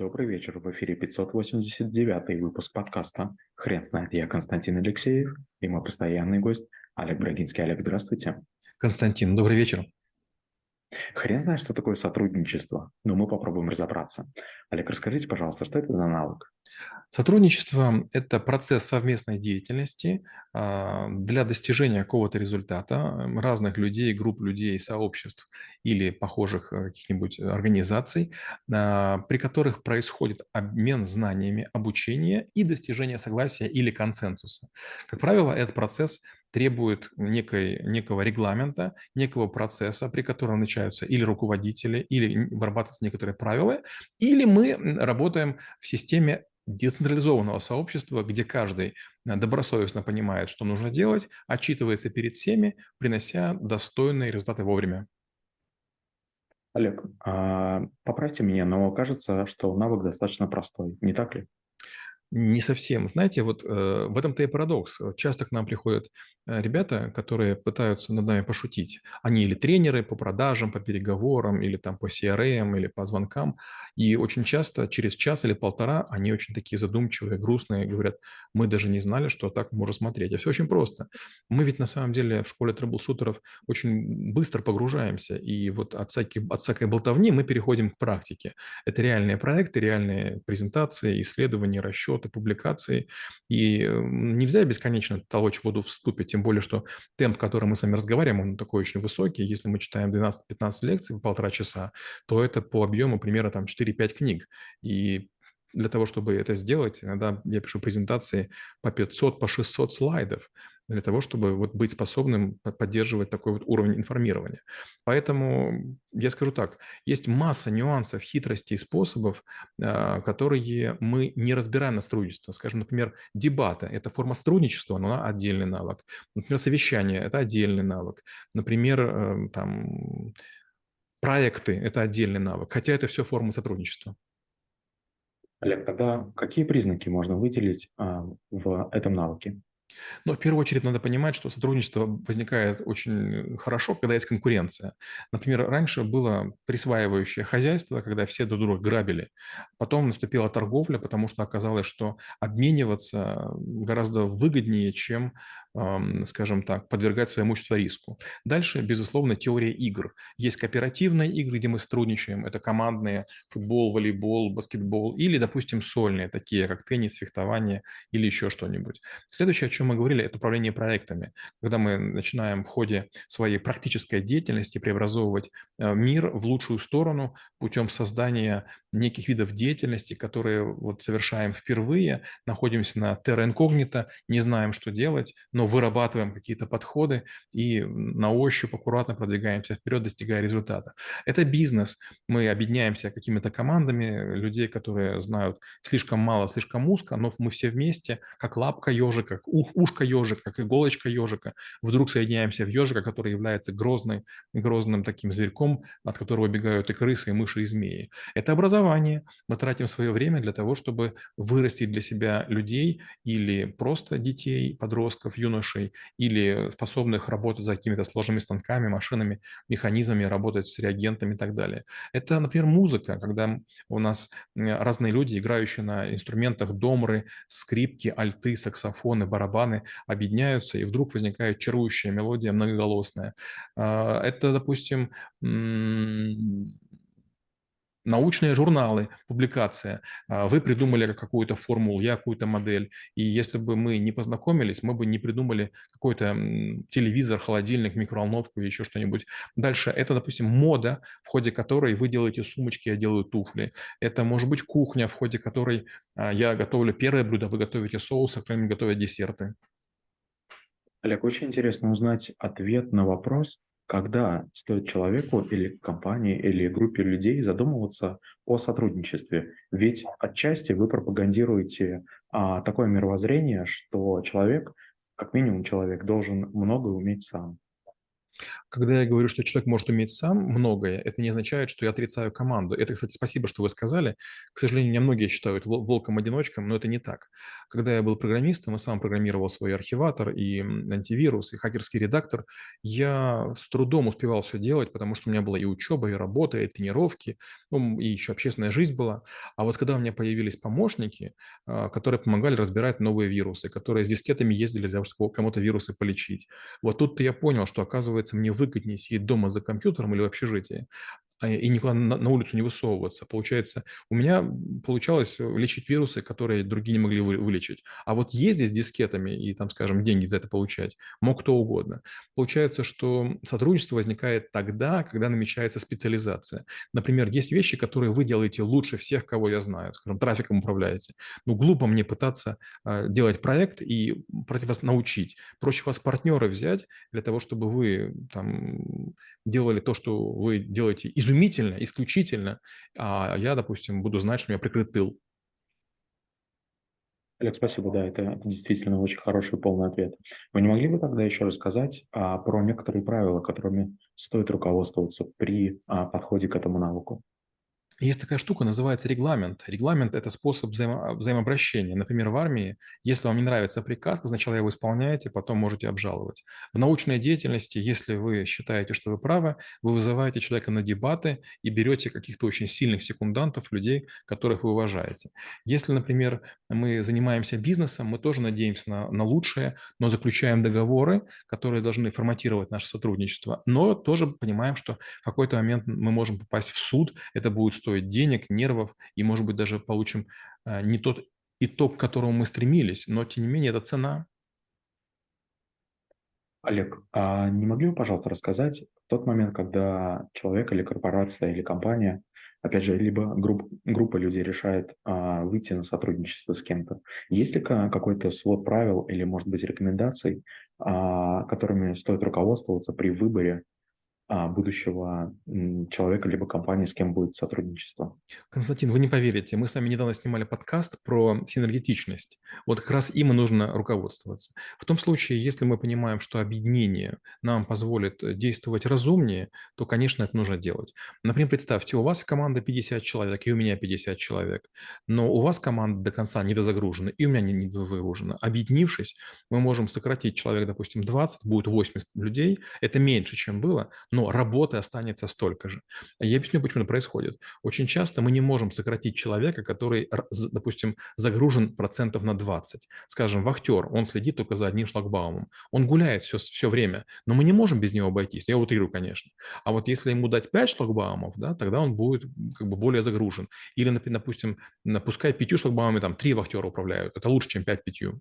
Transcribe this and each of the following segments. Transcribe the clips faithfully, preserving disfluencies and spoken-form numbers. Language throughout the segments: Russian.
Добрый вечер. В эфире пятьсот восемьдесят девятый выпуск подкаста «Хрен знает». Я Константин Алексеев и мой постоянный гость Олег Брагинский. Олег, здравствуйте. Константин, добрый вечер. Хрен знает, что такое сотрудничество, но мы попробуем разобраться. Олег, расскажите, пожалуйста, что это за навык? Сотрудничество– это процесс совместной деятельности а, для достижения какого-то результата м, разных людей, групп людей, сообществ или похожих э, каких-нибудь организаций, а, при которых происходит обмен знаниями, обучение и достижение согласия или консенсуса. Как правило, этот процесс требует некой, некого регламента, некого процесса, при котором начинаются или руководители, или вырабатываются некоторые правила, или мы м, работаем в системе децентрализованного сообщества, где каждый э, добросовестно понимает, что нужно делать, отчитывается перед всеми, принося достойные результаты вовремя. Олег, а, поправьте меня, но кажется, что навык достаточно простой, не так ли? Не совсем. Знаете, вот э, в этом-то и парадокс. Часто к нам приходят э, ребята, которые пытаются над нами пошутить. Они или тренеры по продажам, по переговорам, или там по си ар эм, или по звонкам. И очень часто через час или полтора они очень такие задумчивые, грустные, говорят, мы даже не знали, что так можно смотреть. А все очень просто. Мы ведь на самом деле в школе трэблшутеров очень быстро погружаемся. И вот от всякой, от всякой болтовни мы переходим к практике. Это реальные проекты, реальные презентации, исследования, расчеты, публикации. И э, нельзя бесконечно толочь воду в ступе, тем более, что темп, который мы с вами разговариваем, он такой очень высокий. Если мы читаем двенадцать-пятнадцать лекций по полтора часа, то это по объему примерно там четыре-пять книг. И для того, чтобы это сделать, иногда я пишу презентации по пятьсот, по шестьсот слайдов для того, чтобы вот быть способным поддерживать такой вот уровень информирования. Поэтому я скажу так, есть масса нюансов, хитростей, способов, а, которые мы не разбираем на сотрудничество. Скажем, например, дебаты– это форма сотрудничества, но она отдельный навык. Например, совещание– это отдельный навык. Например, э, там, проекты– это отдельный навык, хотя это все формы сотрудничества. Олег, тогда какие признаки можно выделить а, в этом навыке? Но в первую очередь надо понимать, что сотрудничество возникает очень хорошо, когда есть конкуренция. Например, раньше было присваивающее хозяйство, когда все друг друга грабили. Потом наступила торговля, потому что оказалось, что обмениваться гораздо выгоднее, чем, эм, скажем так, подвергать свое имущество риску. Дальше, безусловно, теория игр. Есть кооперативные игры, где мы сотрудничаем. Это командные, футбол, волейбол, баскетбол. Или, допустим, сольные, такие как теннис, фехтование или еще что-нибудь. Следующее, о чем мы говорили, это управление проектами. Когда мы начинаем в ходе своей практической деятельности преобразовывать э, мир в лучшую сторону путем создания неких видов деятельности, которые вот совершаем впервые, находимся на терра инкогнито, не знаем, что делать, но вырабатываем какие-то подходы и на ощупь аккуратно продвигаемся вперед, достигая результата. Это бизнес. Мы объединяемся какими-то командами людей, которые знают слишком мало, слишком узко, но мы все вместе, как лапка ежика, как ух, ушко ежика, как иголочка ежика, вдруг соединяемся в ежика, который является грозной, грозным таким зверьком, от которого бегают и крысы, и мыши, и змеи. Это образование. Мы тратим свое время для того, чтобы вырастить для себя людей или просто детей, подростков, юношей, или способных работать за какими-то сложными станками, машинами, механизмами, работать с реагентами и так далее. Это, например, музыка, когда у нас разные люди, играющие на инструментах домры, скрипки, альты, саксофоны, барабаны, объединяются, и вдруг возникает чарующая мелодия многоголосная. А, Это, допустим, м, научные журналы, публикация. А, Вы придумали какую-то формулу, я какую-то модель. И если бы мы не познакомились, мы бы не придумали какой-то м, телевизор, холодильник, микроволновку и еще что-нибудь. Дальше это, допустим, мода, в ходе которой вы делаете сумочки, я делаю туфли. Это может быть кухня, в ходе которой а, я готовлю первое блюдо, вы готовите соус, а кто-нибудь готовит десерты. Олег, очень интересно узнать ответ на вопрос, когда стоит человеку или компании, или группе людей задумываться о сотрудничестве. Ведь отчасти вы пропагандируете а, такое мировоззрение, что человек, как минимум человек, должен многое уметь сам. Когда я говорю, что человек может уметь сам многое, это не означает, что я отрицаю команду. Это, кстати, спасибо, что вы сказали. К сожалению, меня многие считают вол- волком-одиночком, но это не так. Когда я был программистом и сам программировал свой архиватор и м, антивирус, и хакерский редактор, я с трудом успевал все делать, потому что у меня была и учеба, и работа, и тренировки, ну, и еще общественная жизнь была. А вот когда у меня появились помощники, а, которые помогали разбирать новые вирусы, которые с дискетами ездили для того, чтобы кому-то вирусы полечить, вот тут-то я понял, что, оказывается, мне выгоднее сидеть дома за компьютером или в общежитии, а, и никуда на на улицу не высовываться. Получается, у меня м, получалось э, лечить вирусы, которые другие не могли вы вылечить. А вот ездить с дискетами и, там, скажем, деньги за это получать мог кто угодно. Получается, что сотрудничество возникает тогда, когда намечается специализация. Например, есть вещи, которые вы делаете лучше всех, кого я знаю, скажем, трафиком управляете. Ну, глупо мне пытаться а, делать проект и против вас научить. Проще вас партнеры взять для того, чтобы вы там делали то, что вы делаете изумительно, исключительно, а я, допустим, буду знать, что у меня прикрыт тыл. Олег, спасибо, да, это, это действительно очень хороший полный ответ. Вы не могли бы тогда еще рассказать а, про некоторые правила, которыми стоит руководствоваться при а, подходе к этому навыку? Есть такая штука, называется регламент. Регламент– это способ взаимо- взаимообращения. Например, в армии, если вам не нравится приказ, вы сначала его исполняете, потом можете обжаловать. В научной деятельности, если вы считаете, что вы правы, вы вызываете человека на дебаты и берете каких-то очень сильных секундантов, людей, которых вы уважаете. Если, например, мы занимаемся бизнесом, мы тоже надеемся на, на лучшее, но заключаем договоры, которые должны форматировать наше сотрудничество, но тоже понимаем, что в какой-то момент мы можем попасть в суд, это будет стоить денег, нервов, и, может быть, даже получим а, не тот итог, к которому мы стремились, но, тем не менее, это цена. Олег, а не могли бы, пожалуйста, рассказать тот момент, когда человек или корпорация или компания, опять же, либо групп, группа людей решает а, выйти на сотрудничество с кем-то, есть ли ка- какой-то свод правил или, может быть, рекомендаций, а, которыми стоит руководствоваться при выборе а, будущего м, человека либо компании, с кем будет сотрудничество? Константин, вы не поверите, мы с вами недавно снимали подкаст про синергетичность. Вот как раз им и нужно руководствоваться. В том случае, если мы понимаем, что объединение нам позволит э, действовать разумнее, то, конечно, это нужно делать. Например, представьте, у вас команда пятьдесят человек, и у меня пятьдесят человек, но у вас команда до конца недозагружена, и у меня не недозагружена. Объединившись, мы можем сократить человек, допустим, двадцать, будет восемьдесят людей, это меньше, чем было, но работы останется столько же. Я объясню, почему это происходит. Очень часто мы не можем сократить человека, который, р- з- допустим, загружен процентов на двадцать. Скажем, вахтер, он следит только за одним шлагбаумом. Он гуляет все, все время, но мы не можем без него обойтись. Я утрирую, конечно. А вот если ему дать пять шлагбаумов, да, тогда он будет м, как бы более загружен. Или, напи- допустим, на- пускай пятью шлагбаумами там три вахтера управляют. Это лучше, чем пять пятью.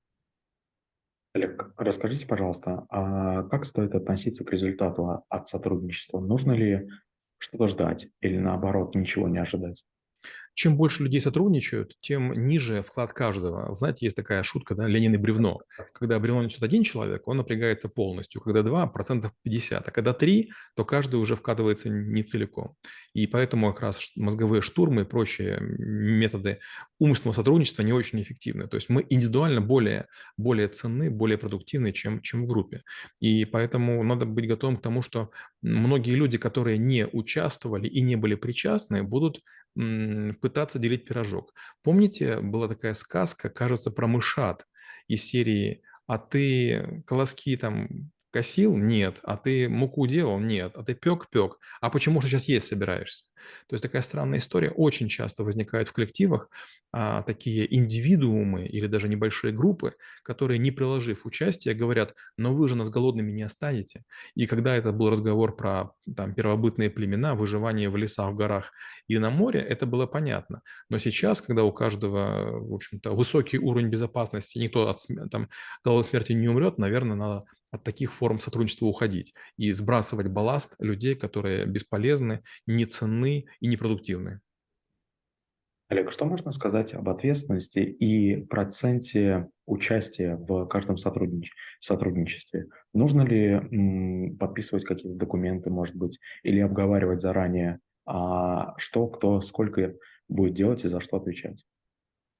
Олег, расскажите, пожалуйста, а как стоит относиться к результату а- от сотрудничества? Нужно ли что-то ждать или наоборот ничего не ожидать? Чем больше людей сотрудничают, тем ниже вклад каждого. Знаете, есть такая шутка, да, Ленин и бревно. Когда бревно несет один человек, он напрягается полностью. Когда два, процентов пятьдесят. А когда три, то каждый уже вкладывается не целиком. И поэтому как раз мозговые штурмы и прочие методы умственного сотрудничества не очень эффективны. То есть мы индивидуально более, более ценны, более продуктивны, чем, чем в группе. И поэтому надо быть готовым к тому, что многие люди, которые не участвовали и не были причастны, будут м, пытаться делить пирожок. Помните, была такая сказка, кажется, про мышат из серии «А ты колоски там косил? Нет. А ты муку делал? Нет. А ты пек-пек. А почему же сейчас есть собираешься?» То есть такая странная история очень часто возникает в коллективах, а, такие индивидуумы или даже небольшие группы, которые, не приложив участие, говорят: «Но вы же нас голодными не оставите». И когда это был разговор про там, первобытные племена, выживание в лесах, в горах и на море, это было понятно. Но сейчас, когда у каждого, в общем-то, высокий уровень безопасности, никто от см- там, голодной смерти не умрет, наверное, надо от таких форм сотрудничества уходить и сбрасывать балласт людей, которые бесполезны, не ценны и непродуктивны. Олег, что можно сказать об ответственности и проценте участия в каждом сотруднич- сотрудничестве? Нужно ли м, подписывать какие-то документы, может быть, или обговаривать заранее, а, что, кто, сколько будет делать и за что отвечать?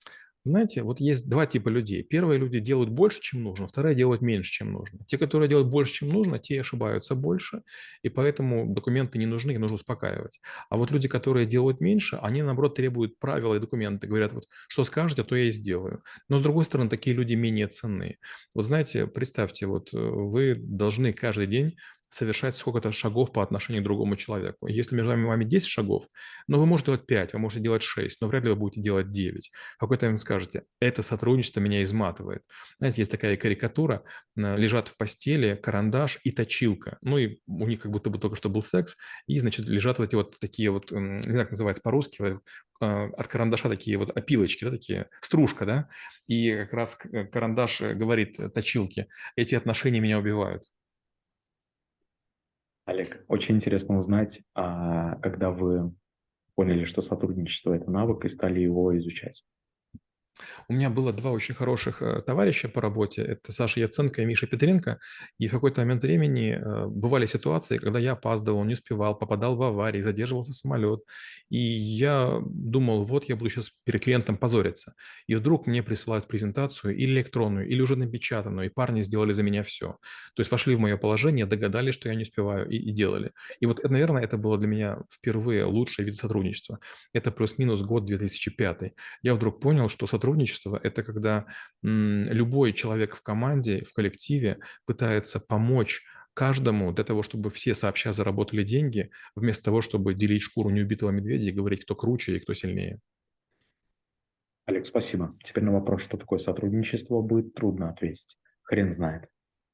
Знаете, вот есть два типа людей. Первые люди делают больше, чем нужно, вторые делают меньше, чем нужно. Те, которые делают больше, чем нужно, те ошибаются больше, и поэтому документы не нужны, их нужно успокаивать. А вот люди, которые делают меньше, они, наоборот, требуют правила и документы, говорят, вот что скажете, то я и сделаю. Но, с другой стороны, такие люди менее ценные. Вот знаете, представьте, вот э, вы должны каждый день совершать сколько-то шагов по отношению к другому человеку. Если между вами вами десять шагов, ну, вы можете делать пять, вы можете делать шесть, но вряд ли вы будете делать девять. В какой-то момент скажете, это сотрудничество меня изматывает. Знаете, есть такая карикатура, э, лежат в постели карандаш и точилка. Ну и у них как будто бы только что был секс, и, значит, лежат вот эти вот такие вот, м, не знаю, как называется по-русски, вот, э, от карандаша такие вот опилочки, да, такие, стружка, да, и как раз к- э, карандаш э, говорит э, точилке, эти отношения меня убивают. Олег, очень интересно узнать, а, когда вы поняли, что сотрудничество– это навык, и стали его изучать. У меня было два очень хороших э, товарища по работе. Это Саша Яценко и Миша Петренко. И в какой-то момент времени э, бывали ситуации, когда я опаздывал, не успевал, попадал в аварии, задерживался самолет. И я думал, вот я буду сейчас перед клиентом позориться. И вдруг мне присылают презентацию или электронную, или уже напечатанную, и парни сделали за меня все. То есть вошли в мое положение, догадались, что я не успеваю, и, и делали. И вот, это, наверное, это было для меня впервые лучший вид сотрудничества. Это плюс-минус год две тысячи пятый. Я вдруг понял, что сотрудничество– это когда м, любой человек в команде, в коллективе пытается помочь каждому для того, чтобы все сообща заработали деньги, вместо того, чтобы делить шкуру неубитого медведя и говорить, кто круче и кто сильнее. Олег, спасибо. Теперь на вопрос, что такое сотрудничество, будет трудно ответить. Хрен знает.